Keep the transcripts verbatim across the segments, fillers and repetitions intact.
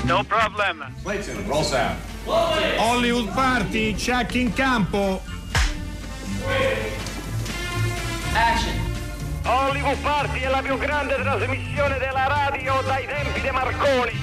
No problem. Clayton, roll sound. Hollywood Party, check in campo. Action. Hollywood Party è la più grande trasmissione della radio dai tempi di Marconi.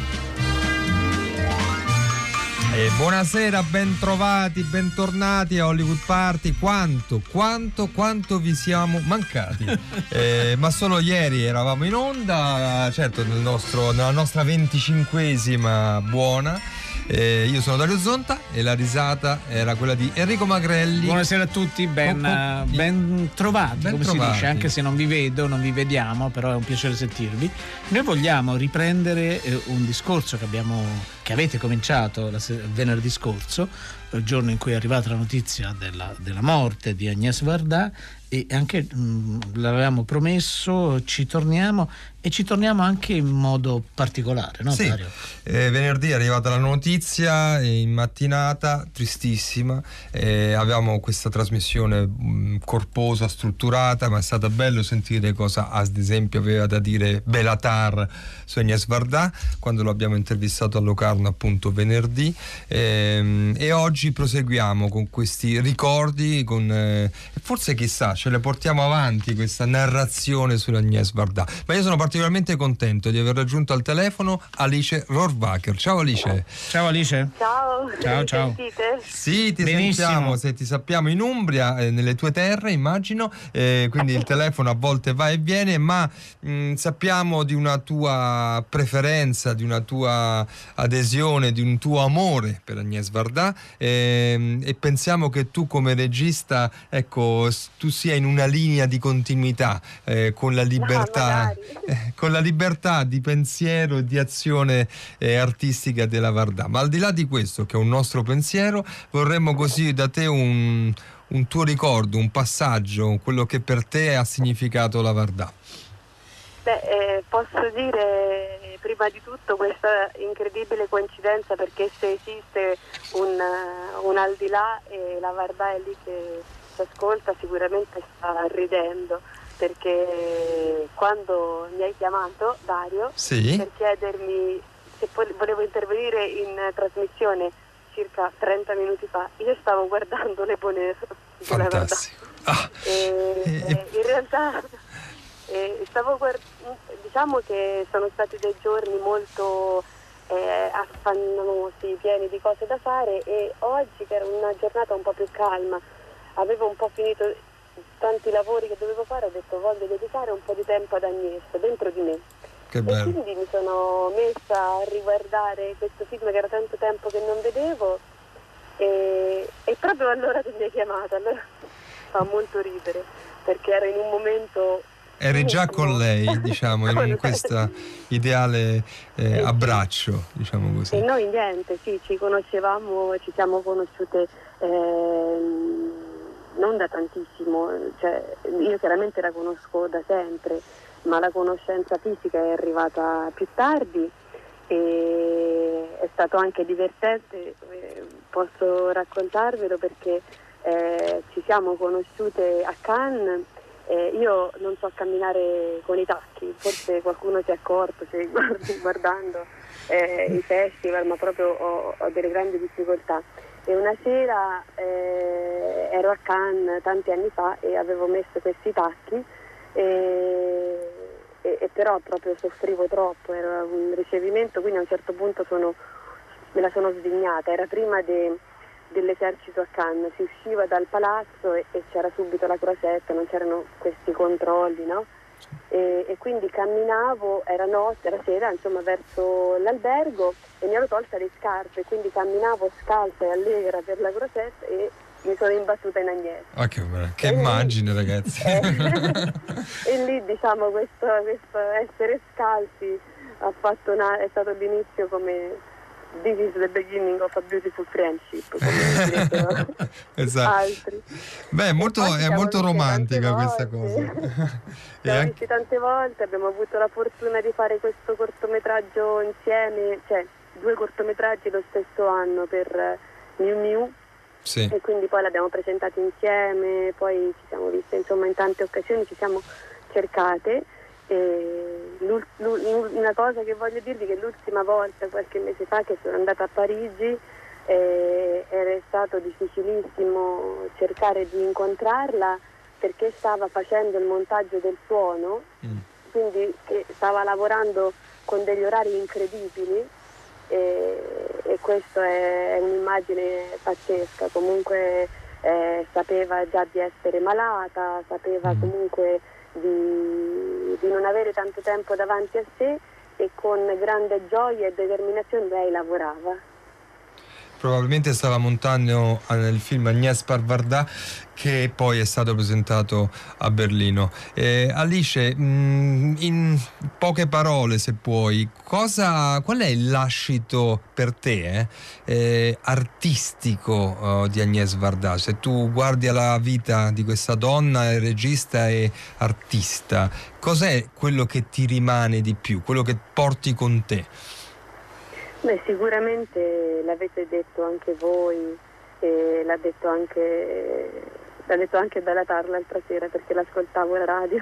E buonasera, bentrovati, bentornati a Hollywood Party. Quanto, quanto, quanto vi siamo mancati. eh, ma solo ieri eravamo in onda, certo nel nostro, nella nostra venticinquesima buona. Eh, io sono Dario Zonta e la risata era quella di Enrico Magrelli. Buonasera a tutti, ben, Oh, oh, ben trovati, ben come trovati. si dice, anche se non vi vedo, non vi vediamo, però è un piacere sentirvi. Noi vogliamo riprendere eh, un discorso che abbiamo, che avete cominciato la, venerdì scorso, il giorno in cui è arrivata la notizia della, della morte di Agnès Varda, e anche mh, l'avevamo promesso, ci torniamo e ci torniamo anche in modo particolare, no? Sì, Dario? eh, venerdì è arrivata la notizia in mattinata, tristissima. Eh, avevamo questa trasmissione mh, corposa, strutturata, ma è stato bello sentire cosa ad esempio aveva da dire Béla Tarr su Agnès Varda quando lo abbiamo intervistato a Locarno appunto venerdì, eh, e oggi proseguiamo con questi ricordi, con eh, forse chissà ce le portiamo avanti questa narrazione sull'Agnès Varda. Ma io sono particolarmente contento di aver raggiunto al telefono Alice Rohrwacher. Ciao Alice. Ciao Alice. Ciao, Ciao, mi ciao. sentite? Sì, ti Benissimo. sentiamo, se ti sappiamo in Umbria, eh, nelle tue terre immagino, eh, quindi il telefono a volte va e viene, ma mh, sappiamo di una tua preferenza, di una tua adesione, di un tuo amore per Agnès Varda, ehm, e pensiamo che tu come regista, ecco, s- tu sia in una linea di continuità eh, con la libertà, magari. eh, con la libertà di pensiero e di azione eh, artistica della Varda. Ma al di là di questo, che è un nostro pensiero, vorremmo così da te un, un tuo ricordo, un passaggio, quello che per te ha significato la Varda. Beh, eh, posso dire prima di tutto questa incredibile coincidenza, perché se esiste un, uh, un al di là e la Varda è lì che si ascolta, sicuramente sta ridendo, perché quando mi hai chiamato, Dario, Sì? per chiedermi se poi volevo intervenire in trasmissione circa trenta minuti fa, io stavo guardando le Bonheur della Varda. Fantastico. Ah, E, e- e in realtà eh, stavo guard- diciamo che sono stati dei giorni molto eh, affannosi, pieni di cose da fare, e oggi, che era una giornata un po' più calma, avevo un po' finito tanti lavori che dovevo fare, ho detto voglio dedicare un po' di tempo ad Agnès dentro di me. che E bello. quindi mi sono messa a riguardare questo film che era tanto tempo che non vedevo, e, e proprio allora ti mi hai chiamata. Allora fa molto ridere, perché ero in un momento... Eri già con lei, diciamo, Con in lei. questo ideale eh, abbraccio, diciamo così. E noi niente, sì, ci conoscevamo, ci siamo conosciute ehm, non da tantissimo, cioè io chiaramente la conosco da sempre, ma la conoscenza fisica è arrivata più tardi, e è stato anche divertente, eh, posso raccontarvelo, perché eh, ci siamo conosciute a Cannes. Eh, io non so camminare con i tacchi, forse qualcuno si è accorto, se guardi, guardando eh, i festival, ma proprio ho, ho delle grandi difficoltà. E una sera eh, ero a Cannes tanti anni fa e avevo messo questi tacchi, e, e, e però proprio soffrivo troppo, era un ricevimento, quindi a un certo punto sono, me la sono svignata, era prima de, dell'esercito a Cannes, si usciva dal palazzo e, e c'era subito la crocetta, non c'erano questi controlli, no? E, e quindi camminavo, era notte, era sera, insomma, verso l'albergo, e mi ero tolta le scarpe, quindi camminavo scalza e allegra per la crocetta e mi sono imbattuta in Agnès. Ah, che, che E lì- immagine, ragazzi. Eh, e lì, diciamo, questo, questo essere scalzi ha fatto una, è stato l'inizio, come "This is the beginning of a beautiful friendship", come direbbero Esatto. altri. Beh, è molto, E poi ci è siamo molto visti romantica tante questa volte. cosa. Ci E siamo anche- visti tante volte, abbiamo avuto la fortuna di fare questo cortometraggio insieme, cioè due cortometraggi lo stesso anno per eh, Miu Miu, sì. e quindi poi l'abbiamo presentato insieme, poi ci siamo viste insomma in tante occasioni, ci siamo cercate, e, E una cosa che voglio dirvi, che l'ultima volta, qualche mese fa, che sono andata a Parigi, eh, era stato difficilissimo cercare di incontrarla, perché stava facendo il montaggio del suono, mm. quindi che stava lavorando con degli orari incredibili, e, e questo è un'immagine pazzesca. Comunque eh, sapeva già di essere malata, sapeva mm. comunque di, di non avere tanto tempo davanti a sé, e con grande gioia e determinazione lei lavorava. Probabilmente stava montando nel film Agnès Varda, che poi è stato presentato a Berlino. Eh, Alice, mh, in poche parole, se puoi, cosa, qual è il lascito per te eh, eh, artistico uh, di Agnès Varda? Se tu guardi alla vita di questa donna, è regista e artista, cos'è quello che ti rimane di più, quello che porti con te? Beh, sicuramente l'avete detto anche voi, e l'ha detto anche, l'ha detto anche Bella Tarr l'altra sera, perché l'ascoltavo alla radio,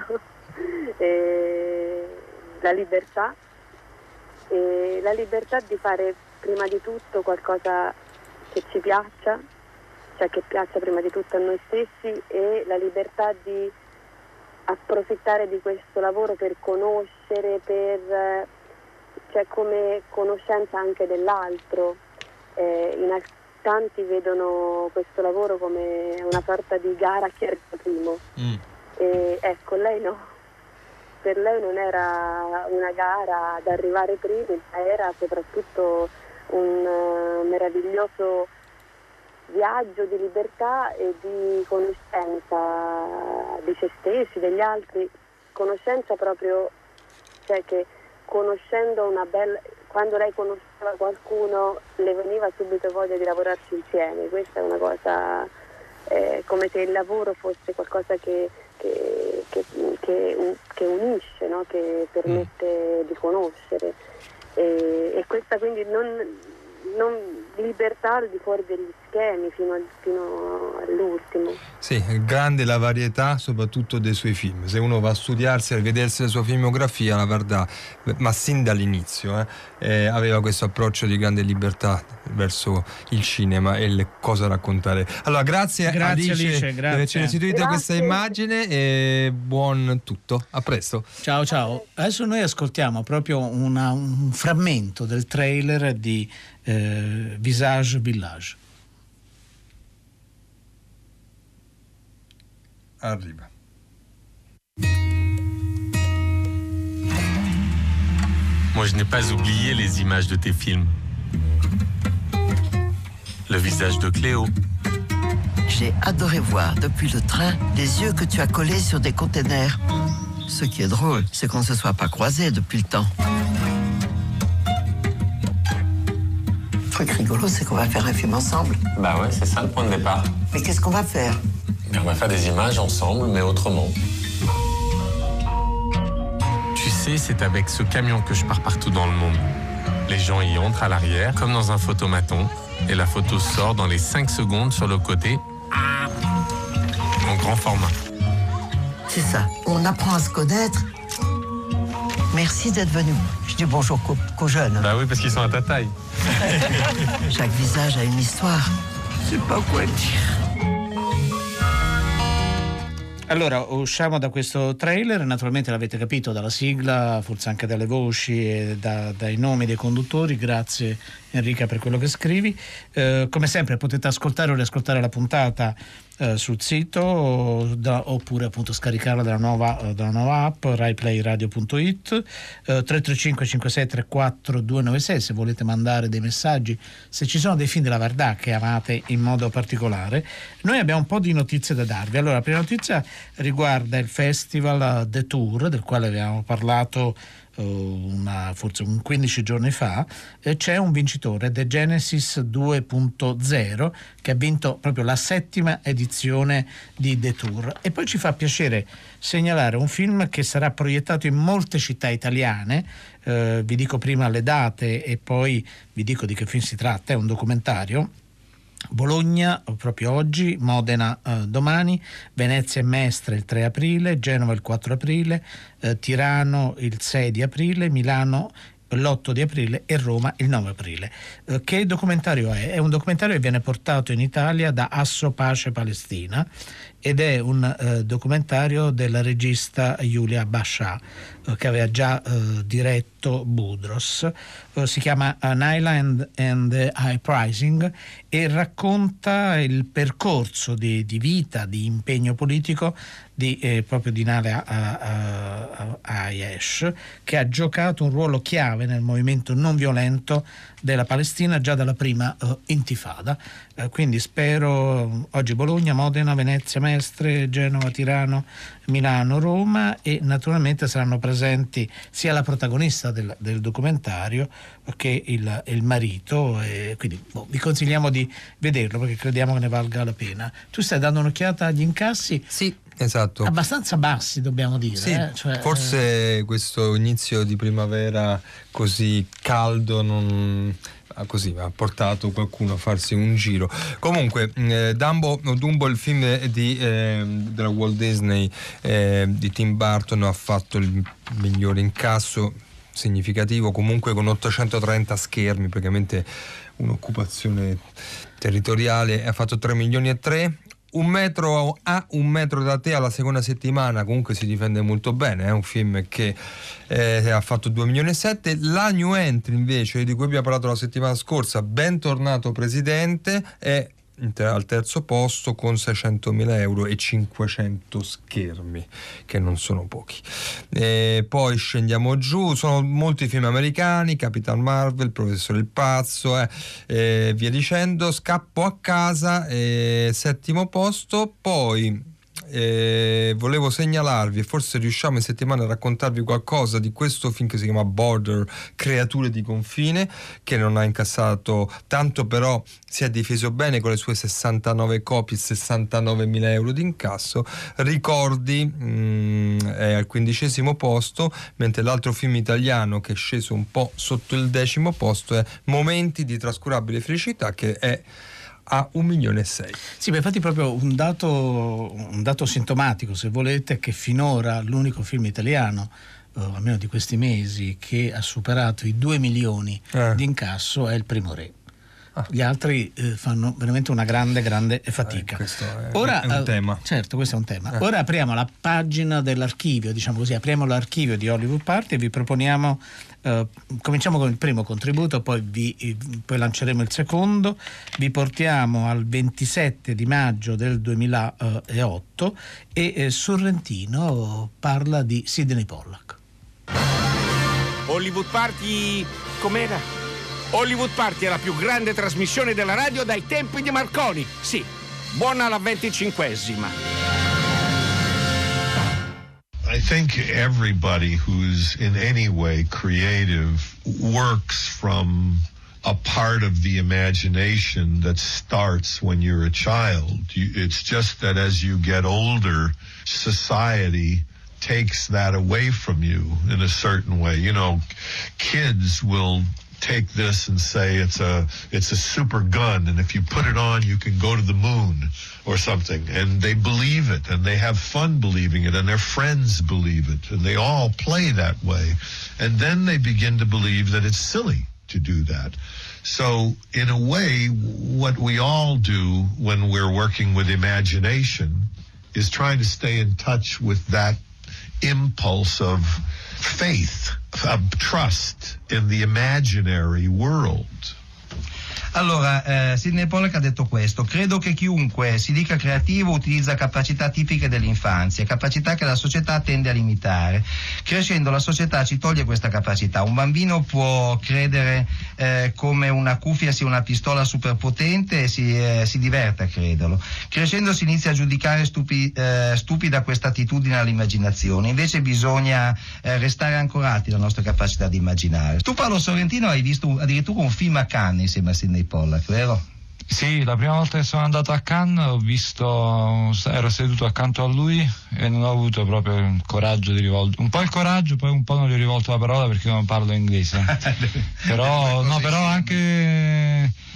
e la libertà, e la libertà di fare prima di tutto qualcosa che ci piaccia, cioè che piaccia prima di tutto a noi stessi, e la libertà di approfittare di questo lavoro per conoscere, per... cioè come conoscenza anche dell'altro. Eh, in tanti vedono questo lavoro come una sorta di gara a chi arriva primo. Mm. E ecco, lei no. Per lei non era una gara ad arrivare primi, ma era soprattutto un uh, meraviglioso viaggio di libertà e di conoscenza di se stessi, degli altri, conoscenza proprio, cioè che conoscendo una bella, quando lei conosceva qualcuno le veniva subito voglia di lavorarci insieme. Questa è una cosa, eh, come se il lavoro fosse qualcosa che, che, che, che, che unisce, no? Che permette mm. di conoscere, e, e questa quindi non, non libertà al di fuori degli schemi fino, al, fino all'ultimo. Sì, è grande la varietà soprattutto dei suoi film. Se uno va a studiarsi, a vedersi la sua filmografia, la Varda, ma sin dall'inizio eh, eh, aveva questo approccio di grande libertà verso il cinema e le cose da raccontare. Allora, grazie, grazie Alice, Alice per averci restituito questa immagine, e buon tutto. A presto. Ciao ciao. Adesso noi ascoltiamo proprio una, un frammento del trailer di eh, Visage Village. Arriva. Moi, je n'ai pas oublié les images de tes films. Le visage de Cléo. J'ai adoré voir depuis le train les yeux que tu as collés sur des containers. Ce qui est drôle, c'est qu'on ne se soit pas croisés depuis le temps. Le truc rigolo, c'est qu'on va faire un film ensemble. Bah ouais, c'est ça le point de départ. Mais qu'est-ce qu'on va faire ? On va faire des images ensemble, mais autrement. Tu sais, c'est avec ce camion que je pars partout dans le monde. Les gens y entrent à l'arrière, comme dans un photomaton, et la photo sort dans les cinq secondes sur le côté, en grand format. C'est ça, on apprend à se connaître. Merci d'être venu. Je dis bonjour qu'aux, qu'aux jeunes. Bah oui, parce qu'ils sont à ta taille. Chaque visage a une histoire. Je sais pas quoi dire. Allora, usciamo da questo trailer, naturalmente l'avete capito dalla sigla, forse anche dalle voci e da, dai nomi dei conduttori. Grazie Enrica per quello che scrivi. Eh, come sempre potete ascoltare o riascoltare la puntata eh, sul sito, da, oppure appunto scaricarla dalla nuova, eh, dalla nuova app rai play radio punto it, eh, tre tre cinque cinque sei tre quattro due nove sei se volete mandare dei messaggi, se ci sono dei film della Varda che amate in modo particolare. Noi abbiamo un po' di notizie da darvi. Allora, la prima notizia riguarda il festival The Tour, del quale abbiamo parlato Una, forse un quindici giorni fa. Eh, c'è un vincitore, The Genesis due punto zero, che ha vinto proprio la settima edizione di The Tour. E poi ci fa piacere segnalare un film che sarà proiettato in molte città italiane. Eh, vi dico prima le date e poi vi dico di che film si tratta. È un documentario Bologna proprio oggi, Modena eh, domani, Venezia e Mestre il tre aprile, Genova il quattro aprile, eh, Tirano il sei di aprile, Milano l'otto di aprile e Roma il nove aprile. Eh, che documentario è? È un documentario che viene portato in Italia da Asso Pace Palestina ed è un eh, documentario della regista Julia Basha eh, che aveva già eh, diretto Budros. Eh, si chiama Naila and, and the High Pricing e racconta il percorso di, di vita, di impegno politico di, eh, proprio di Naila Ayesh, che ha giocato un ruolo chiave nel movimento non violento della Palestina già dalla prima uh, intifada. Uh, quindi spero oggi Bologna, Modena, Venezia, Mestre, Genova, Tirano, Milano, Roma, e naturalmente saranno presenti sia la protagonista del, del documentario che il, il marito, e quindi boh, vi consigliamo di vederlo perché crediamo che ne valga la pena. Tu stai dando un'occhiata agli incassi? Sì. Esatto. Abbastanza bassi, dobbiamo dire. Sì, eh? Cioè, forse eh... questo inizio di primavera così caldo non... così ha portato qualcuno a farsi un giro. Comunque eh, Dumbo, Dumbo, il film di, eh, della Walt Disney eh, di Tim Burton, ha fatto il migliore incasso significativo, comunque con ottocentotrenta schermi, praticamente un'occupazione territoriale. Ha fatto tre milioni e tre. Un metro a un metro da te alla seconda settimana comunque si difende molto bene, è un film che eh, ha fatto due milioni e sette. La new entry invece, di cui abbiamo parlato la settimana scorsa, Bentornato Presidente, è al terzo posto con seicentomila euro e cinquecento schermi, che non sono pochi. E poi scendiamo giù, sono molti film americani, Capitan Marvel, Professore il Pazzo, eh, e via dicendo. Scappo a casa, eh, settimo posto. Poi eh, volevo segnalarvi, e forse riusciamo in settimana a raccontarvi qualcosa di questo film che si chiama Border, Creature di confine, che non ha incassato tanto, però si è difeso bene con le sue sessantanove copie, sessantanovemila euro di incasso. Ricordi mh, è al quindicesimo posto, mentre l'altro film italiano che è sceso un po' sotto il decimo posto è Momenti di trascurabile felicità, che è a un milione e sei. Sì, ma infatti proprio un dato, un dato sintomatico, se volete, che finora l'unico film italiano, eh, almeno di questi mesi, che ha superato i due milioni eh. di incasso è Il Primo Re. Ah. Gli altri eh, fanno veramente una grande grande fatica. Eh, questo è, Ora, è un tema. Certo, questo è un tema. Eh. Ora apriamo la pagina dell'archivio, diciamo così, apriamo l'archivio di Hollywood Party e vi proponiamo, eh, cominciamo con il primo contributo, poi, vi, eh, poi lanceremo il secondo. Vi portiamo al ventisette di maggio del duemilaotto e eh, Sorrentino parla di Sidney Pollack. Hollywood Party com'era? Hollywood Party è la più grande trasmissione della radio dai tempi di Marconi. Sì, buona la venticinquesima. I think everybody who's in any way creative works from a part of the imagination that starts when you're a child. You, it's just that as you get older, society takes that away from you in a certain way. You know, kids will take this and say it's a it's a super gun, and if you put it on you can go to the moon or something, and they believe it and they have fun believing it and their friends believe it and they all play that way, and then they begin to believe that it's silly to do that. So in a way, what we all do when we're working with imagination is trying to stay in touch with that impulse of faith, of trust in the imaginary world. Allora, eh, Sidney Pollack ha detto questo: credo che chiunque si dica creativo utilizza capacità tipiche dell'infanzia, capacità che la società tende a limitare. Crescendo la società ci toglie questa capacità. Un bambino può credere eh, come una cuffia sia una pistola superpotente e si, eh, si diverte a crederlo. Crescendo si inizia a giudicare stupi, eh, stupida questa attitudine all'immaginazione. Invece bisogna eh, restare ancorati alla nostra capacità di immaginare. Tu, Paolo Sorrentino, hai visto addirittura un film a Cannes insieme a Sidney Pollack, vero? Sì, la prima volta che sono andato a Cannes ho visto, ero seduto accanto a lui e non ho avuto proprio il coraggio di rivolgere, un po' il coraggio, poi un po' non gli ho rivolto la parola perché non parlo inglese. però, no, però anche se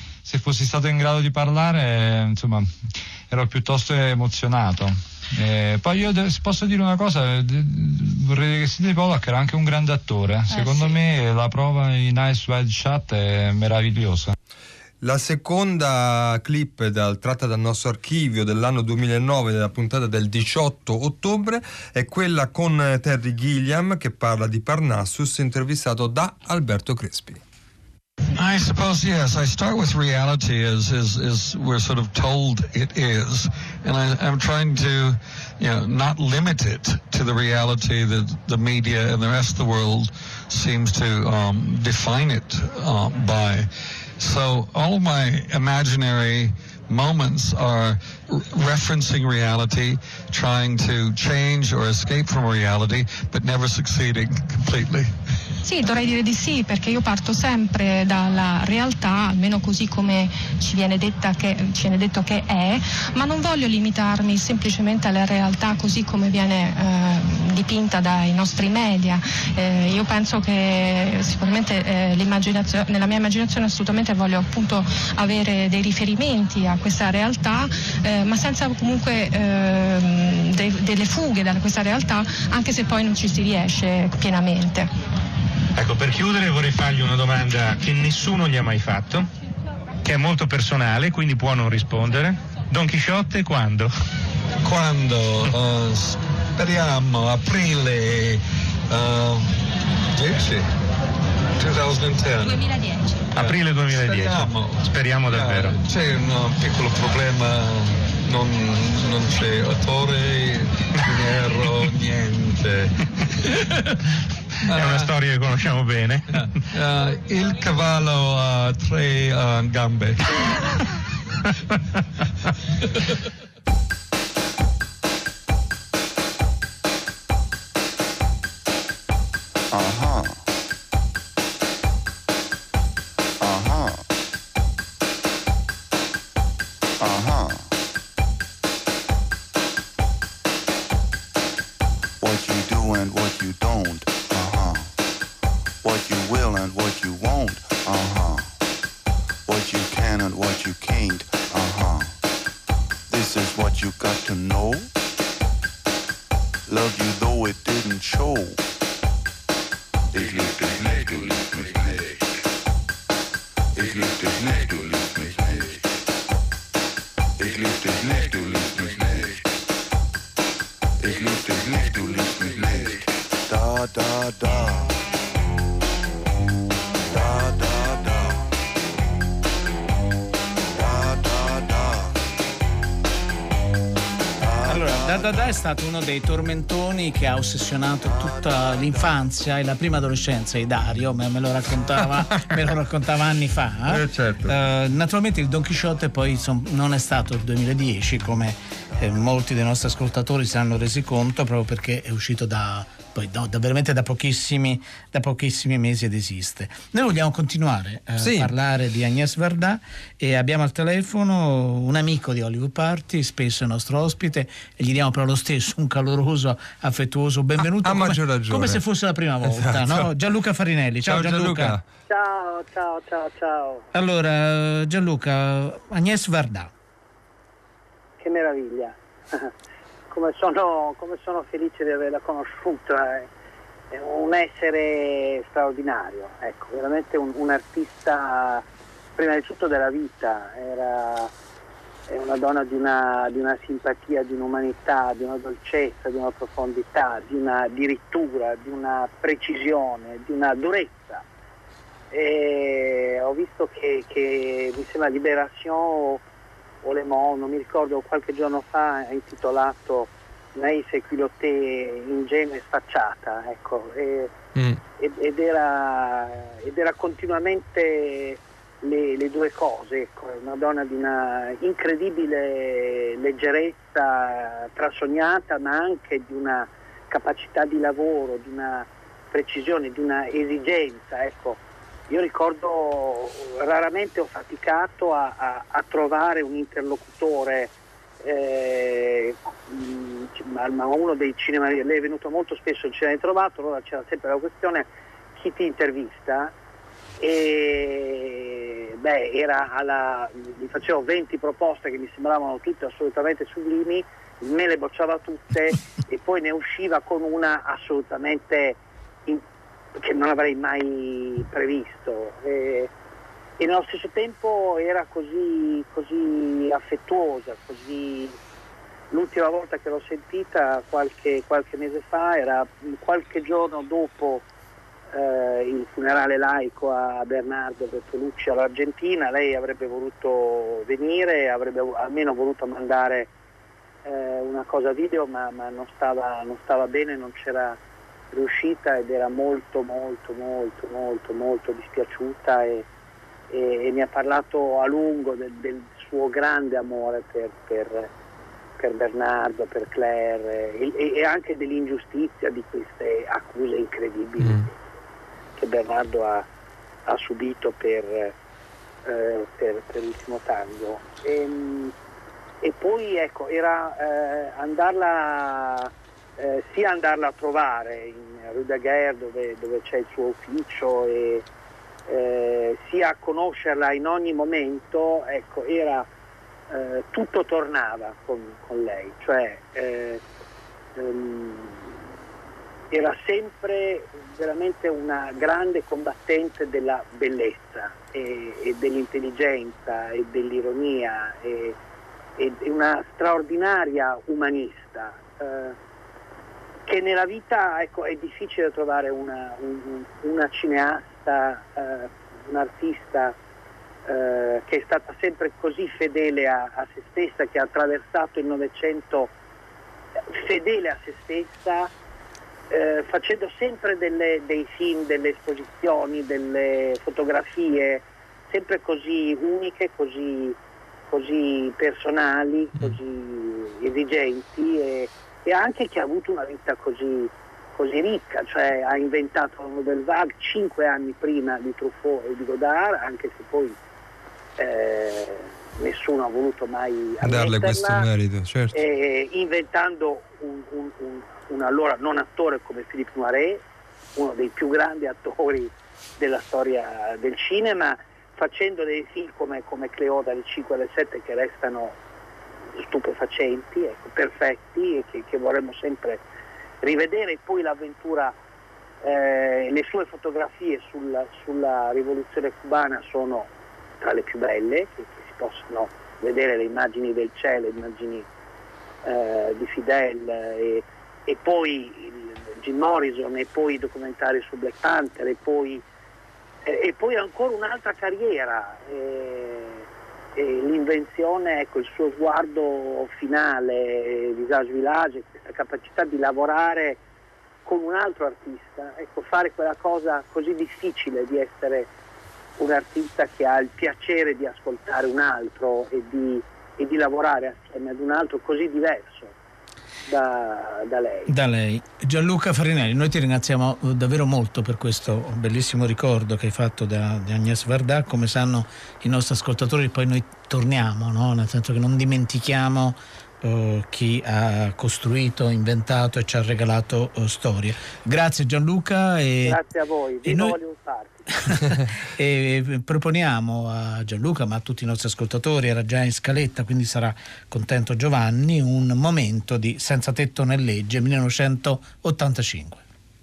fossi stato in grado di parlare, insomma, ero piuttosto emozionato. Eh, poi io de- posso dire una cosa, de- vorrei dire che Sidney Pollack era anche un grande attore, eh, secondo sì. me la prova in Eyes Wide Shut è meravigliosa. La seconda clip dal, tratta dal nostro archivio dell'anno duemilanove, della puntata del diciotto ottobre, è quella con Terry Gilliam che parla di Parnassus, intervistato da Alberto Crespi. I suppose, yes. I start with reality as, as, as we're sort of told it is. And I, I'm trying to, you know, not limit it to the reality that the media and the rest of the world seems to um, define it uh, by. So all of my imaginary moments are r- referencing reality, trying to change or escape from reality, but never succeeding completely. Sì, dovrei dire di sì, perché io parto sempre dalla realtà, almeno così come ci viene detta che, ci viene detto che è, ma non voglio limitarmi semplicemente alla realtà così come viene eh, dipinta dai nostri media. Eh, io penso che sicuramente eh, l'immaginazione, nella mia immaginazione assolutamente voglio appunto avere dei riferimenti a questa realtà, eh, ma senza comunque eh, de- delle fughe da questa realtà, anche se poi non ci si riesce pienamente. Ecco, per chiudere vorrei fargli una domanda che nessuno gli ha mai fatto, che è molto personale, quindi può non rispondere. Don Chisciotte quando? Quando? Uh, speriamo, aprile uh, dieci duemiladieci. duemiladieci. Aprile duemiladieci. Speriamo. Speriamo davvero. Uh, c'è un piccolo problema, non, non c'è attore, dinero, niente. È una storia che conosciamo bene. Uh, uh, il cavallo ha tre uh, gambe. Uh-huh. Uh-huh. Uh-huh. What you do and what you don't. What you will and what you won't, uh-huh. What you can and what you can't, uh-huh. This is what you got to know. Love you though it didn't show. Ich lieb dich nicht, du liebst mich nicht. Ich lieb dich nicht, du liebst mich nicht. Ich lieb dich nicht, du liebst mich nicht. Ich lieb dich nicht, du liebst mich nicht. Da, da, da. Allora, Da Da Da è stato uno dei tormentoni che ha ossessionato tutta l'infanzia e la prima adolescenza di Dario, me, me lo raccontava me lo raccontava anni fa. Eh, certo. Uh, naturalmente il Don Chisciotte poi insomma, non è stato il duemiladieci, come eh, molti dei nostri ascoltatori si hanno resi conto, proprio perché è uscito da poi no, da veramente da pochissimi da pochissimi mesi ed esiste. Noi vogliamo continuare a sì. parlare di Agnès Varda e abbiamo al telefono un amico di Hollywood Party, spesso il nostro ospite, e gli diamo però lo stesso un caloroso, affettuoso benvenuto, a, a come, maggior ragione, come se fosse la prima volta. Esatto. No? Gianluca Farinelli. Ciao, ciao Gianluca. Gianluca. Ciao, ciao, ciao, ciao. Allora Gianluca, Agnès Varda. Che meraviglia. Come sono, come sono felice di averla conosciuta, è un essere straordinario, ecco, veramente un, un artista prima di tutto della vita, era è una donna di una, di una simpatia, di un'umanità, di una dolcezza, di una profondità, di una dirittura, di una precisione, di una durezza. E ho visto che, che mi sembra Libération o Le Monde, non mi ricordo, qualche giorno fa ha intitolato Lei se culottée ingenua e sfacciata, ecco, e, mm. ed, ed, era, ed era continuamente le, le due cose, ecco, una donna di una incredibile leggerezza trasognata, ma anche di una capacità di lavoro, di una precisione, di una esigenza, ecco. Io ricordo, raramente ho faticato a, a, a trovare un interlocutore, eh, ma, ma uno dei cinema, lei è venuto molto spesso, ce l'hai trovato, allora c'era sempre la questione chi ti intervista, e beh, era alla, gli facevo venti proposte che mi sembravano tutte assolutamente sublimi, me le bocciava tutte e poi ne usciva con una assolutamente in, che non avrei mai previsto. E, e nello stesso tempo era così, così affettuosa, così. L'ultima volta che l'ho sentita qualche, qualche mese fa era qualche giorno dopo eh, il funerale laico a Bernardo Bertolucci all'Argentina. Lei avrebbe voluto venire, avrebbe almeno voluto mandare eh, una cosa video, ma, ma non, stava, non stava bene, non c'era riuscita ed era molto molto molto molto molto dispiaciuta e, e, e mi ha parlato a lungo del, del suo grande amore per, per per Bernardo, per Claire e, e anche dell'ingiustizia di queste accuse incredibili mm. che Bernardo ha, ha subito per, eh, per, per l'ultimo tango. E, e poi ecco, era eh, andarla eh, sia andarla a trovare in Rue Daguerre dove, dove c'è il suo ufficio e eh, sia conoscerla in ogni momento, ecco, era Uh, tutto tornava con, con lei, cioè eh, um, era sempre veramente una grande combattente della bellezza e, e dell'intelligenza e dell'ironia e, e una straordinaria umanista uh, che nella vita, ecco, è difficile trovare una, un, una cineasta, uh, un artista Uh, che è stata sempre così fedele a, a se stessa, che ha attraversato il Novecento fedele a se stessa, uh, facendo sempre delle, dei film, delle esposizioni, delle fotografie sempre così uniche, così, così personali, così esigenti e, e anche che ha avuto una vita così, così ricca, cioè ha inventato la Nouvelle Vague cinque anni prima di Truffaut e di Godard, anche se poi Eh, nessuno ha voluto mai darle questo merito, certo. eh, inventando un, un, un, un allora non attore come Philippe Noiret, uno dei più grandi attori della storia del cinema, facendo dei film come, come Cléo dalle cinque alle sette che restano stupefacenti, ecco, perfetti e che, che vorremmo sempre rivedere. E poi l'avventura, eh, le sue fotografie sulla, sulla rivoluzione cubana sono tra le più belle, che, che si possono vedere, le immagini del Che, le immagini eh, di Fidel e, e poi il, Jim Morrison e poi i documentari su Black Panther e poi, eh, e poi ancora un'altra carriera e, e l'invenzione, ecco, il suo sguardo finale, Visage Village, questa capacità di lavorare con un altro artista, ecco, fare quella cosa così difficile di essere un artista che ha il piacere di ascoltare un altro e di, e di lavorare assieme ad un altro così diverso da, da lei. Da lei. Gianluca Farinelli, noi ti ringraziamo davvero molto per questo bellissimo ricordo che hai fatto da, di Agnès Varda. Come sanno i nostri ascoltatori, poi noi torniamo, no? Nel senso che non dimentichiamo Uh, chi ha costruito, inventato e ci ha regalato uh, storie. Grazie Gianluca e, grazie a voi, e noi e proponiamo a Gianluca, ma a tutti i nostri ascoltatori, era già in scaletta quindi sarà contento Giovanni, un momento di Senza tetto né legge millenovecentottantacinque.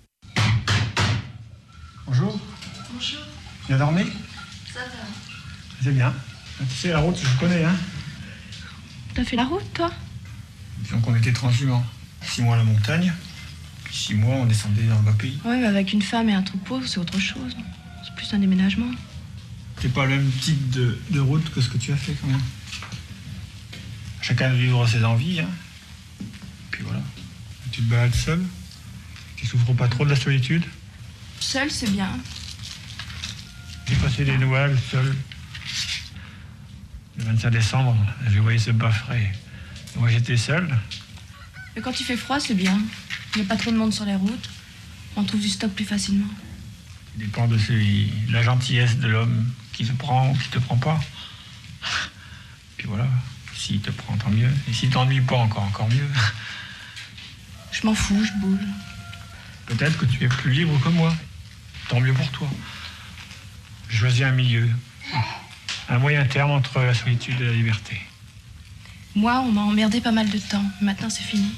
Bonjour. Bonjour. Bien dormi? Ça va. C'est bien. Tu sais, la route, je connais, hein. T'as fait la route, toi? Disons qu'on était transhumants. Six mois à la montagne, six mois on descendait dans le bas pays. Ouais, mais avec une femme et un troupeau, c'est autre chose. C'est plus un déménagement. C'est pas le même type de, de route que ce que tu as fait, quand même. Chacun de vivre ses envies, hein. Puis voilà. Tu te balades seul? Tu souffres pas trop de la solitude? Seul, c'est bien. J'ai passé des Noëls seul. Le vingt-cinq décembre, je voyais ce bas frais. Moi, j'étais seul. Mais quand il fait froid, c'est bien. Il n'y a pas trop de monde sur les routes. On trouve du stock plus facilement. Ça dépend de celui, la gentillesse de l'homme qui te prend ou qui te prend pas. Puis voilà, s'il te prend, tant mieux. Et s'il t'ennuie pas, encore, encore mieux. Je m'en fous, je bouge. Peut-être que tu es plus libre que moi. Tant mieux pour toi. Je choisis un milieu. un moyen terme entre la solitude et la liberté. Moi, on m'a emmerdé pas mal de temps. Maintenant, c'est fini.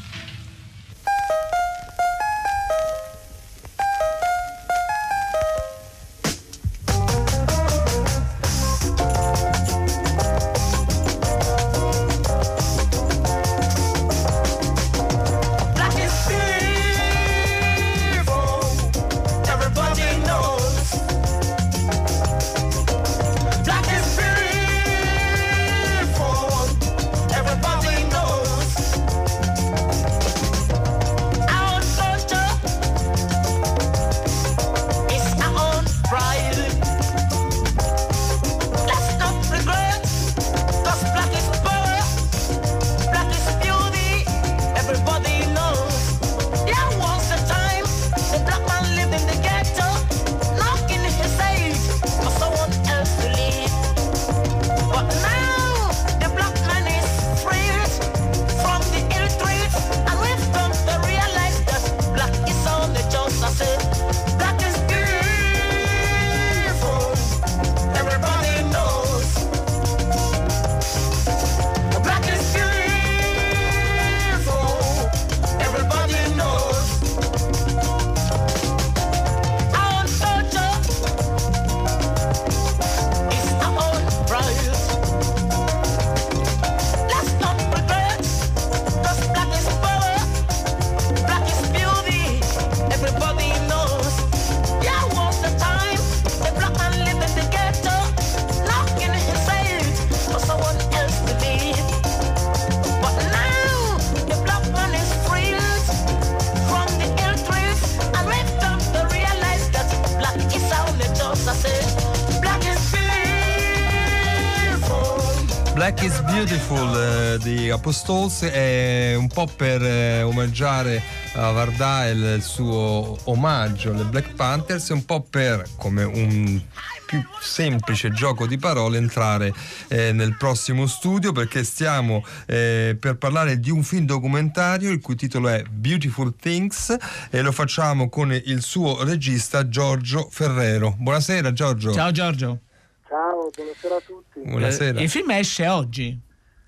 Black is Beautiful eh, di Apostols è un po' per eh, omaggiare a Varda il, il suo omaggio alle Black Panthers, e un po' per, come un più semplice gioco di parole, entrare eh, nel prossimo studio, perché stiamo eh, per parlare di un film documentario il cui titolo è Beautiful Things, e lo facciamo con il suo regista Giorgio Ferrero. Buonasera Giorgio. Ciao Giorgio. Ciao, buonasera a tutti. Buonasera. Eh, il film esce oggi?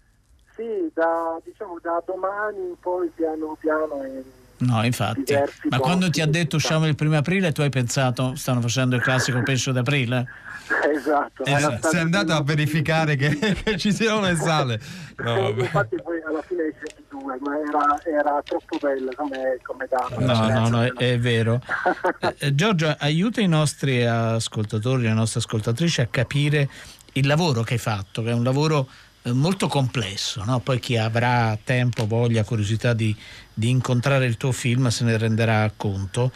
Sì, da, diciamo, da domani poi piano piano. E no, infatti. Ma quando ti ha detto usciamo il primo aprile, tu hai pensato stanno facendo il classico pesce d'aprile? Esatto. esatto. Sei andato a verificare che, che ci siano le sale. No, infatti poi alla fine esce il due, ma era, era troppo bella come, come data. No, no, no, è, è vero. eh, Giorgio, aiuta i nostri ascoltatori, le nostre ascoltatrici a capire il lavoro che hai fatto, che è un lavoro eh, molto complesso, no? Poi chi avrà tempo, voglia, curiosità di, di incontrare il tuo film se ne renderà conto.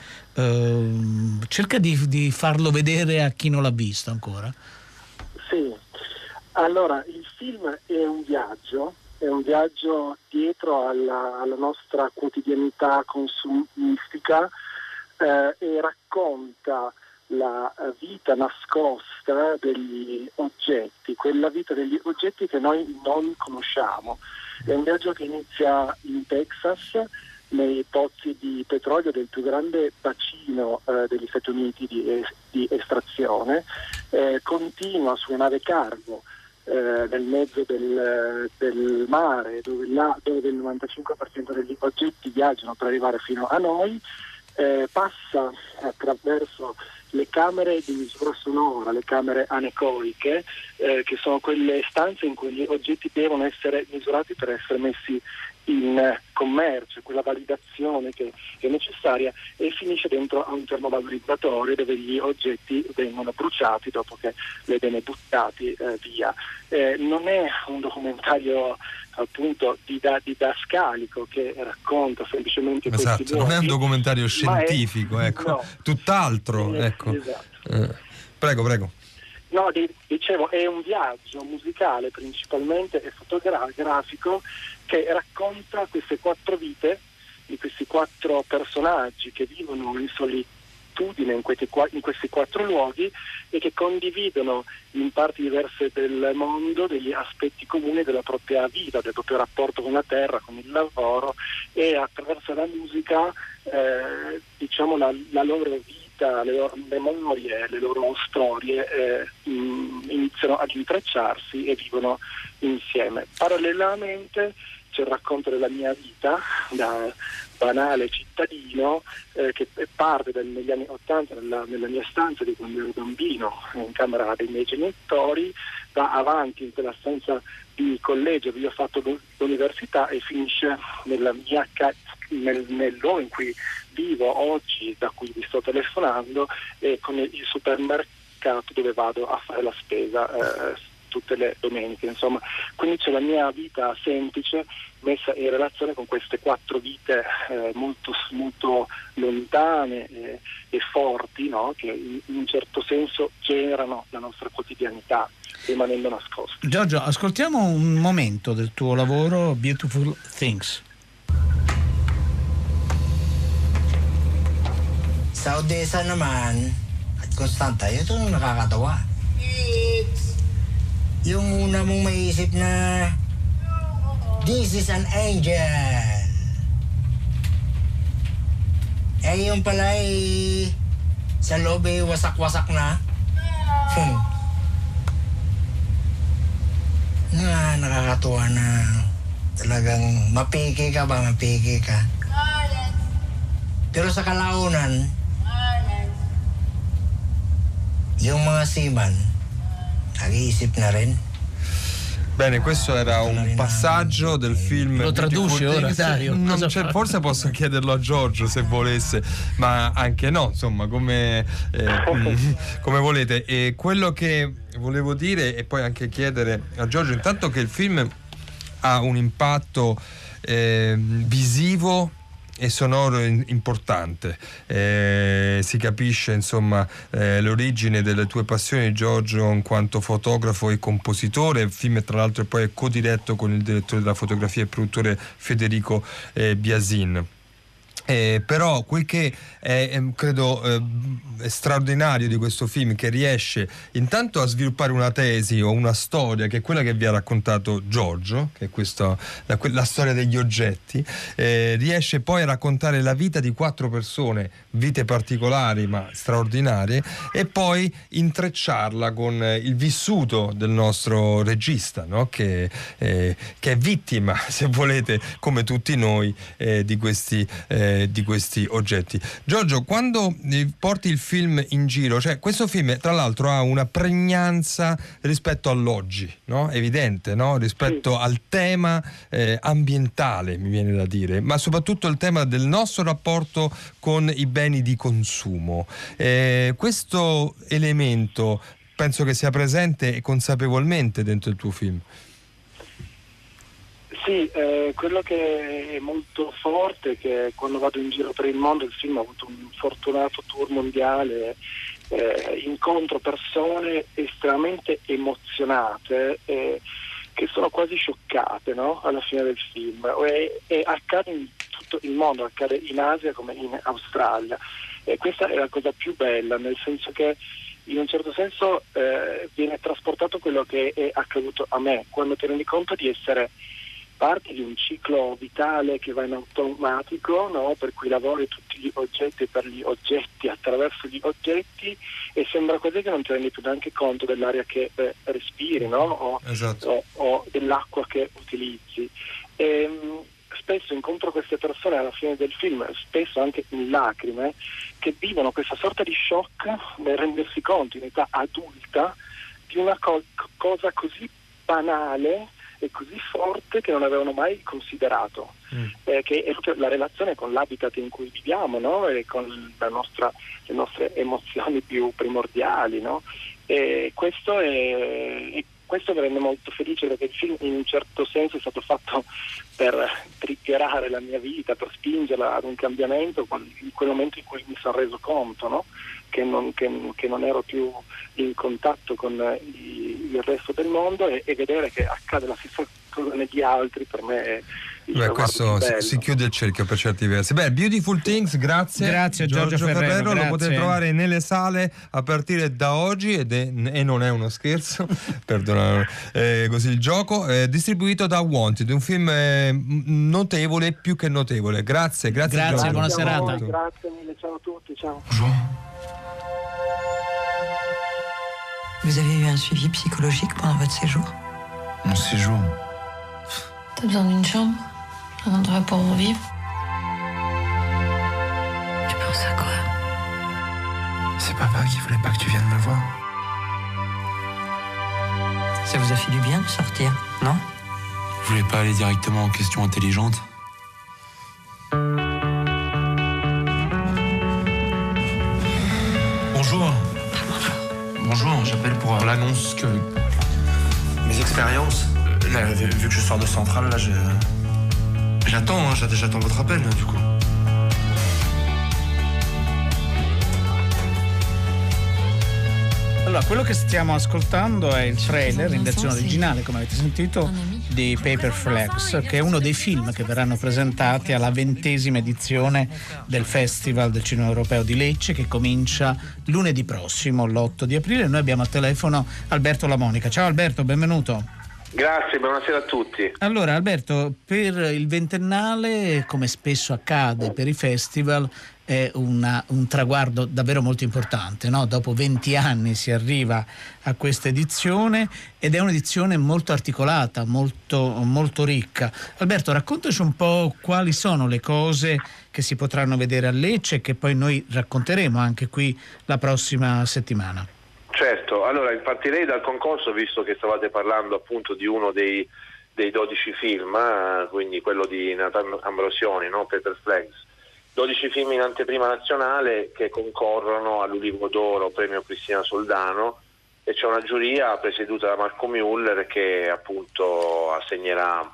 Uh, cerca di, di farlo vedere a chi non l'ha visto ancora. Sì, allora il film è un viaggio, è un viaggio dietro alla, alla nostra quotidianità consumistica eh, e racconta la vita nascosta degli oggetti, quella vita degli oggetti che noi non conosciamo. È un viaggio che inizia in Texas, nei pozzi di petrolio del più grande bacino eh, degli Stati Uniti di, di estrazione, eh, continua su una nave cargo eh, nel mezzo del, del mare, dove, là, dove il novantacinque per cento degli oggetti viaggiano per arrivare fino a noi, eh, passa attraverso le camere di misura sonora, le camere anecoiche, eh, che sono quelle stanze in cui gli oggetti devono essere misurati per essere messi in commercio, quella validazione che è necessaria, e finisce dentro a un termovalorizzatore dove gli oggetti vengono bruciati dopo che li viene buttati eh, via. Eh, non è un documentario appunto didascalico che racconta semplicemente esatto, questi non luoghi, è un documentario scientifico, è, ecco, no, tutt'altro, è, ecco. Esatto. Eh, prego, prego. No, dicevo, è un viaggio musicale principalmente e fotografico che racconta queste quattro vite di questi quattro personaggi che vivono in solitudine in questi, in questi quattro luoghi e che condividono in parti diverse del mondo degli aspetti comuni della propria vita, del proprio rapporto con la terra, con il lavoro, e attraverso la musica eh, diciamo la, la loro vita vita, le loro memorie, le loro storie eh, iniziano ad intrecciarsi e vivono insieme. Parallelamente c'è il racconto della mia vita da banale cittadino eh, che parte dal, negli anni ottanta nella, nella mia stanza di quando ero bambino in camera dei miei genitori, va avanti in quella stanza di collegio dove ho fatto l'università e finisce nella mia ca- nel, nel luogo in cui vivo oggi, da cui vi sto telefonando, e con il supermercato dove vado a fare la spesa eh, tutte le domeniche, insomma. Quindi c'è la mia vita semplice messa in relazione con queste quattro vite eh, molto, molto lontane e, e forti, no? Che in, in un certo senso generano la nostra quotidianità rimanendo nascosti. Giorgio, ascoltiamo un momento del tuo lavoro Beautiful Things. Sa Odessa naman at Constanta, ito yung nakakatawa. Yung una mong maisip na this is an angel. Eh yung pala eh, sa loob eh wasak-wasak na. Hmm. Na nakakatuwa na talagang mapiki ka ba, mapiki ka. Pero sa kalaunan, yung mga seaman, nag-iisip na rin. Bene, questo era un passaggio del film. Lo traduci ora, Dario? Non c'è, forse posso chiederlo a Giorgio se volesse, ma anche no, insomma, come, eh, come volete. E quello che volevo dire e poi anche chiedere a Giorgio, intanto, che il film ha un impatto eh, visivo e sonoro importante, eh, si capisce insomma eh, l'origine delle tue passioni, Giorgio, in quanto fotografo e compositore. Il film tra l'altro è poi codiretto con il direttore della fotografia e produttore Federico eh, Biasin. Eh, però quel che è, è credo eh, è straordinario di questo film, che riesce intanto a sviluppare una tesi o una storia che è quella che vi ha raccontato Giorgio, che è questa, la, la storia degli oggetti, eh, riesce poi a raccontare la vita di quattro persone, vite particolari ma straordinarie, e poi intrecciarla con il vissuto del nostro regista, no? che, eh, che è vittima, se volete, come tutti noi, eh, di questi eh, di questi oggetti. Giorgio, quando porti il film in giro, cioè questo film tra l'altro ha una pregnanza rispetto all'oggi, no? Evidente, no? Rispetto sì. al tema eh, ambientale, mi viene da dire, ma soprattutto il tema del nostro rapporto con i beni di consumo. Eh, questo elemento penso che sia presente e consapevolmente dentro il tuo film. Sì, eh, quello che è molto forte è che quando vado in giro per il mondo, il film ha avuto un fortunato tour mondiale, eh, incontro persone estremamente emozionate eh, che sono quasi scioccate, no? Alla fine del film, e, e accade in tutto il mondo, accade in Asia come in Australia, e questa è la cosa più bella, nel senso che in un certo senso eh, viene trasportato quello che è accaduto a me, quando ti rendi conto di essere parte di un ciclo vitale che va in automatico, no? Per cui lavori tutti gli oggetti per gli oggetti, attraverso gli oggetti, e sembra quasi che non ti rendi più neanche conto dell'aria che eh, respiri, no? O, esatto. o, o dell'acqua che utilizzi. E, mh, spesso incontro queste persone alla fine del film, spesso anche in lacrime, che vivono questa sorta di shock nel rendersi conto in età adulta di una co- cosa così banale e così forte che non avevano mai considerato, mm. eh, che è la relazione con l'habitat in cui viviamo, no? E con la nostra, le nostre emozioni più primordiali, no? E questo è, e questo mi rende molto felice, perché il film in un certo senso è stato fatto per triggerare la mia vita, per spingerla ad un cambiamento in quel momento in cui mi sono reso conto, no? Che non, che, che non ero più in contatto con i, il resto del mondo, e, e vedere che accade la stessa cosa negli altri per me è il Beh, questo si, si chiude il cerchio per certi versi. Beh, Beautiful Things, grazie. Grazie Giorgio, Giorgio Ferrero, Ferrero grazie. Lo potete trovare nelle sale a partire da oggi, ed è, e non è uno scherzo, perdonate, eh, così il gioco, eh, distribuito da Wanted, un film eh, notevole, più che notevole. Grazie, grazie, grazie, Giorgio. buona serata. Grazie mille, ciao a tutti, ciao. Vous avez eu un suivi psychologique pendant votre séjour? Mon séjour? T'as besoin d'une chambre? Un endroit pour vivre? Tu penses à quoi? C'est papa qui voulait pas que tu viennes me voir. Ça vous a fait du bien de sortir, non? Vous voulez pas aller directement aux questions intelligentes? Bonjour. Bonjour, j'appelle pour l'annonce que mes expériences, là, vu que je sors de Centrale, là, je... j'attends, hein, j'attends votre appel, là, du coup. Allora, quello che stiamo ascoltando è il trailer in versione originale, come avete sentito, di Paper Flags, che è uno dei film che verranno presentati alla ventesima edizione del Festival del Cinema Europeo di Lecce, che comincia lunedì prossimo, l'otto di aprile. Noi abbiamo al telefono Alberto Lamonica. Ciao Alberto, benvenuto. Grazie, buonasera a tutti. Allora Alberto, per il ventennale, come spesso accade per i festival, è una, un traguardo davvero molto importante, no? Dopo venti anni si arriva a questa edizione ed è un'edizione molto articolata, molto, molto ricca. Alberto, raccontaci un po' quali sono le cose che si potranno vedere a Lecce e che poi noi racconteremo anche qui la prossima settimana. Certo, allora partirei dal concorso, visto che stavate parlando appunto di uno dei, dei dodici film, eh, quindi quello di Nathan Ambrosioni, no? Paper Flags. dodici film in anteprima nazionale che concorrono all'Ulivo d'Oro, premio Cristina Soldano, e c'è una giuria presieduta da Marco Müller che appunto assegnerà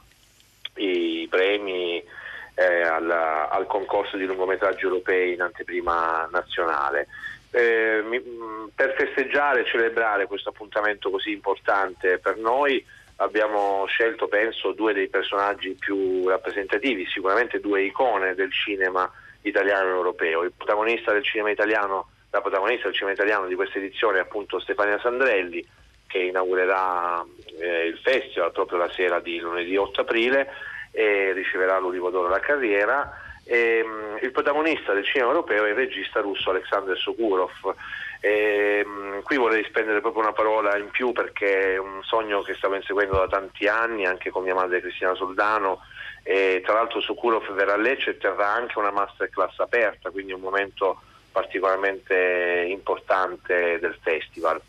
i premi eh, al, al concorso di lungometraggi europei in anteprima nazionale. Eh, mi, per festeggiare e celebrare questo appuntamento così importante per noi abbiamo scelto, penso, due dei personaggi più rappresentativi, sicuramente due icone del cinema italiano e europeo. Il protagonista del cinema italiano, la protagonista del cinema italiano di questa edizione è appunto Stefania Sandrelli, che inaugurerà eh, il festival proprio la sera di lunedì otto aprile e riceverà l'Ulivo d'Oro alla carriera. E, um, il protagonista del cinema europeo è il regista russo Alexander Sokurov. E, um, qui vorrei spendere proprio una parola in più perché è un sogno che stavo inseguendo da tanti anni anche con mia madre Cristina Soldano, e tra l'altro Sokurov verrà a Lecce e terrà anche una masterclass aperta, quindi un momento particolarmente importante del festival.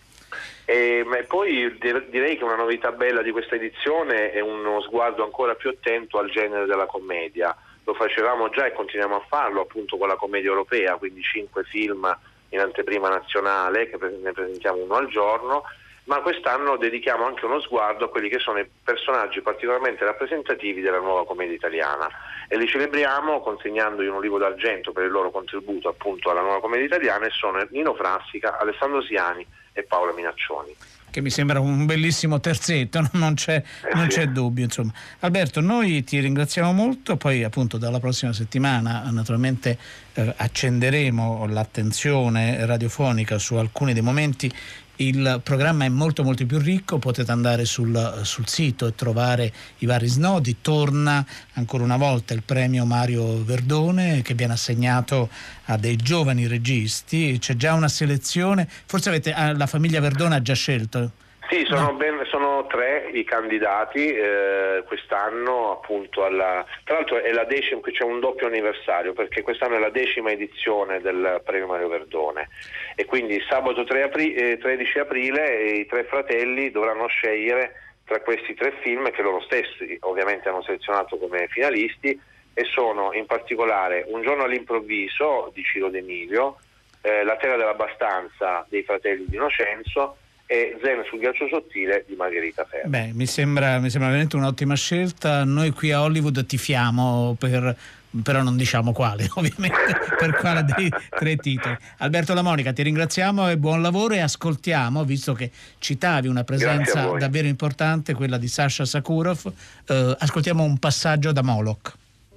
E poi direi che una novità bella di questa edizione è uno sguardo ancora più attento al genere della commedia. Lo facevamo già e continuiamo a farlo appunto con la commedia europea, quindi cinque film in anteprima nazionale che ne presentiamo uno al giorno, ma quest'anno dedichiamo anche uno sguardo a quelli che sono i personaggi particolarmente rappresentativi della nuova commedia italiana e li celebriamo consegnandogli un Ulivo d'Argento per il loro contributo appunto alla nuova commedia italiana, e sono Nino Frassica, Alessandro Siani e Paola Minaccioni. Che mi sembra un bellissimo terzetto, non c'è, non c'è dubbio, insomma. Alberto, noi ti ringraziamo molto, poi appunto dalla prossima settimana naturalmente eh, accenderemo l'attenzione radiofonica su alcuni dei momenti. Il programma è molto molto più ricco, potete andare sul, sul sito e trovare i vari snodi. Torna ancora una volta il premio Mario Verdone che viene assegnato a dei giovani registi, c'è già una selezione, forse avete ah, la famiglia Verdone ha già scelto? Sì, sono, ben, sono tre i candidati eh, quest'anno appunto alla, tra l'altro è la decima, qui c'è un doppio anniversario perché quest'anno è la decima edizione del premio Mario Verdone e quindi sabato tre apri, eh, tredici aprile i tre fratelli dovranno scegliere tra questi tre film che loro stessi ovviamente hanno selezionato come finalisti, e sono in particolare Un giorno all'improvviso di Ciro D'Emilio, eh, La terra dell'abbastanza dei fratelli di Innocenzo e Zen sul ghiaccio sottile di Margherita Ferro. Beh, mi sembra, mi sembra veramente un'ottima scelta. Noi qui a Hollywood tifiamo per, però non diciamo quale, ovviamente, per quale dei tre titoli. Alberto Lamonica, ti ringraziamo e buon lavoro, e ascoltiamo, visto che citavi una presenza davvero importante, quella di Sasha Sakurov, eh, ascoltiamo un passaggio da Moloch.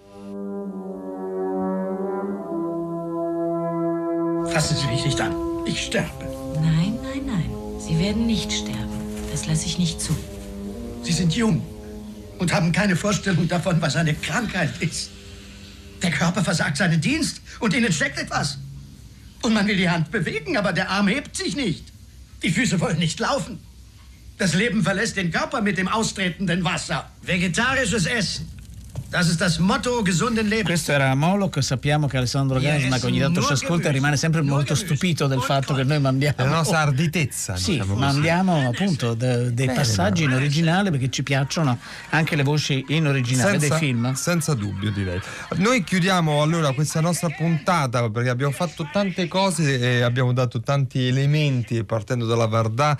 Fassen Sie mich nicht an. Ich sterbe. Nein, nein, nein. Sie werden nicht sterben. Das lasse ich nicht zu. Sie sind jung und haben keine Vorstellung davon, was eine Krankheit ist. Der Körper versagt seinen Dienst und Ihnen steckt etwas. Und man will die Hand bewegen, aber der Arm hebt sich nicht. Die Füße wollen nicht laufen. Das Leben verlässt den Körper mit dem austretenden Wasser. Vegetarisches Essen. Das ist das Motto gesunden Lebens. Questo era Moloch. Sappiamo che Alessandro Gansma, che ogni tanto ci ascolta, rimane sempre molto stupito del fatto che noi mandiamo la nostra arditezza. Sì, diciamo mandiamo appunto de, dei Bene, passaggi in originale, perché ci piacciono anche le voci in originale senza, dei film. Senza dubbio, direi. Noi chiudiamo allora questa nostra puntata, perché abbiamo fatto tante cose e abbiamo dato tanti elementi, partendo dalla Vardà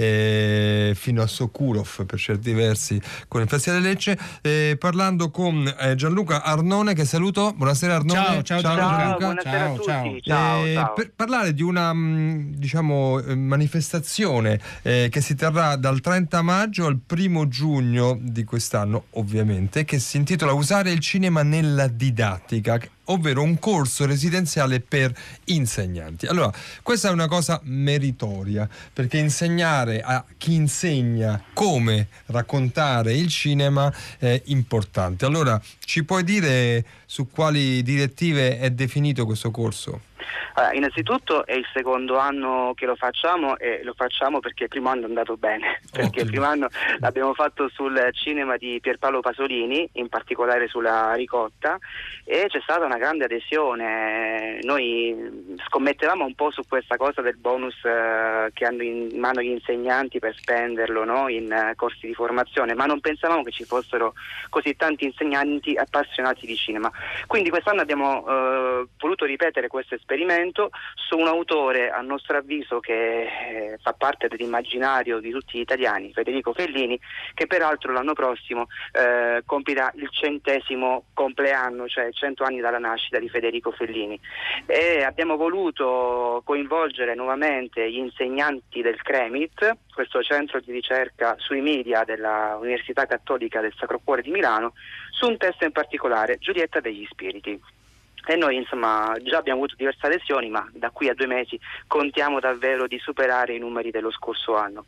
eh, fino a Sokurov per certi versi con il Festival di Lecce, eh, parlando con eh, Gianluca Arnone, che saluto. Buonasera Arnone. Ciao, ciao, ciao Gianluca. Gianluca. Buonasera ciao, a tutti. ciao. Ciao, Eh, ciao. Per parlare di una mh, diciamo eh, manifestazione eh, che si terrà dal trenta maggio al primo giugno di quest'anno, ovviamente, che si intitola Usare il cinema nella didattica, ovvero un corso residenziale per insegnanti. Allora, questa è una cosa meritoria, perché insegnare a chi insegna come raccontare il cinema è importante. Allora, ci puoi dire su quali direttive è definito questo corso? Allora, innanzitutto è il secondo anno che lo facciamo, e lo facciamo perché il primo anno è andato bene, perché Ottimo. il primo anno l'abbiamo fatto sul cinema di Pierpaolo Pasolini, in particolare sulla Ricotta, e c'è stata una grande adesione. Noi scommettevamo un po' su questa cosa del bonus eh, che hanno in mano gli insegnanti per spenderlo, no? in eh, corsi di formazione, ma non pensavamo che ci fossero così tanti insegnanti appassionati di cinema. Quindi quest'anno abbiamo eh, voluto ripetere questo esperimento su un autore, a nostro avviso, che eh, fa parte dell'immaginario di tutti gli italiani, Federico Fellini, che peraltro l'anno prossimo eh, compirà il centesimo compleanno, cioè cento anni dalla nascita di Federico Fellini, e abbiamo voluto coinvolgere nuovamente gli insegnanti del CREMIT, questo centro di ricerca sui media della Università Cattolica del Sacro Cuore di Milano, su un testo in particolare, Giulietta degli Spiriti. E noi insomma già abbiamo avuto diverse adesioni, ma da qui a due mesi contiamo davvero di superare i numeri dello scorso anno.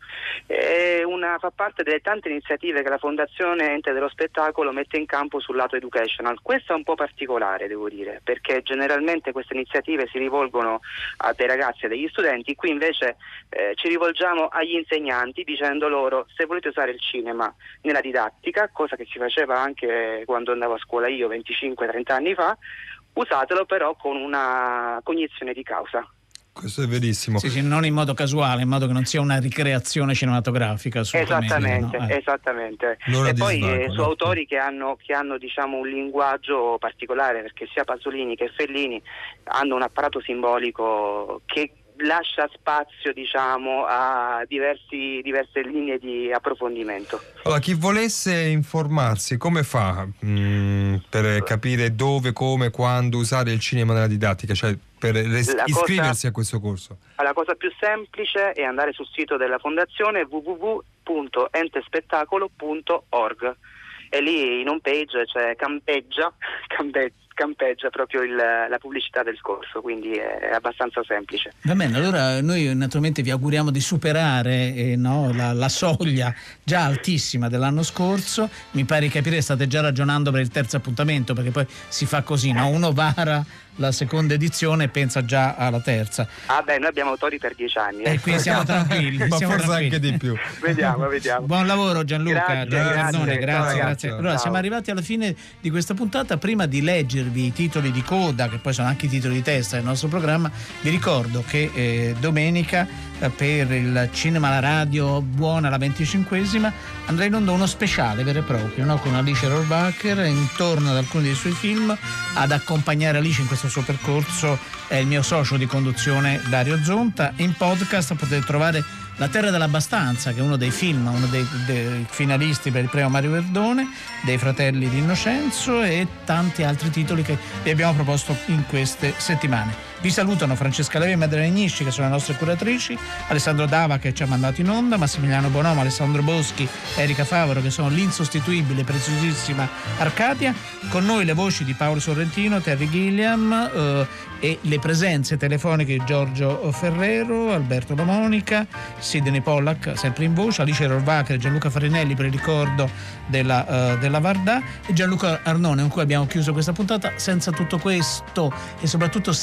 È una, fa parte delle tante iniziative che la Fondazione Ente dello Spettacolo mette in campo sul lato educational. Questa è un po' particolare, devo dire, perché generalmente queste iniziative si rivolgono a dei ragazzi e degli studenti. Qui invece eh, ci rivolgiamo agli insegnanti dicendo loro: se volete usare il cinema nella didattica, cosa che si faceva anche quando andavo a scuola io venticinque trenta anni fa, usatelo però con una cognizione di causa. Questo è verissimo. Sì, sì, non in modo casuale, in modo che non sia una ricreazione cinematografica. Esattamente, no? eh. esattamente. L'ora E di poi svago, eh, su no? autori che hanno, che hanno diciamo un linguaggio particolare, perché sia Pasolini che Fellini hanno un apparato simbolico che lascia spazio diciamo a diversi, diverse linee di approfondimento. Allora, chi volesse informarsi, come fa mh, per capire dove, come, quando usare il cinema nella didattica, cioè per res- La iscriversi cosa- a questo corso? La cosa più semplice è andare sul sito della fondazione w w w punto entespettacolo punto org, e lì in home page c'è campeggia, campe- campeggia proprio il, la pubblicità del corso, quindi è abbastanza semplice. Va bene, allora noi naturalmente vi auguriamo di superare eh, no, la, la soglia già altissima dell'anno scorso. Mi pare di capire che state già ragionando per il terzo appuntamento, perché poi si fa così, no? Uno vara la seconda edizione e pensa già alla terza. Ah beh, noi abbiamo autori per dieci anni. E eh, quindi siamo tranquilli. Ma siamo forse tranquilli. anche di più. Vediamo, vediamo. Buon lavoro Gianluca. Grazie, Gianluca grazie, Arnone, ciao, grazie, ragazzi. grazie. Allora Ciao. siamo arrivati alla fine di questa puntata. Prima di leggervi i titoli di coda, che poi sono anche i titoli di testa del nostro programma, vi ricordo che eh, domenica eh, per il Cinema alla Radio Buona, la venticinquesima, andrà in onda uno speciale vero e proprio, no? Con Alice Rohrwacher intorno ad alcuni dei suoi film. Ad accompagnare Alice in questo suo percorso è il mio socio di conduzione Dario Zonta. In podcast potete trovare La Terra dell'Abbastanza, che è uno dei film, uno dei, dei finalisti per il premio Mario Verdone, dei Fratelli di Innocenzo, e tanti altri titoli che vi abbiamo proposto in queste settimane. Vi salutano Francesca Levi e Madeleine Agnisci, che sono le nostre curatrici, Alessandro Dava, che ci ha mandato in onda, Massimiliano Bonomo, Alessandro Boschi, Erika Favaro, che sono l'insostituibile e preziosissima Arcadia. Con noi le voci di Paolo Sorrentino, Terry Gilliam eh, e le presenze telefoniche di Giorgio Ferrero, Alberto Lamonica, Sidney Pollack sempre in voce, Alice Rohrwacher e Gianluca Farinelli per il ricordo della, uh, della Vardà, e Gianluca Arnone, con cui abbiamo chiuso questa puntata. Senza tutto questo e soprattutto senza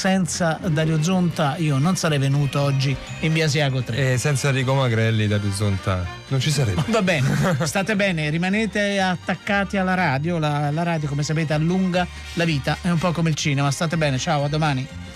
senza Dario Zonta io non sarei venuto oggi in via Asiago tre. E senza Enrico Magrelli, Dario Zonta non ci sarebbe. Va bene, state bene, rimanete attaccati alla radio, la, la radio come sapete allunga la vita, è un po' come il cinema, state bene, ciao, a domani.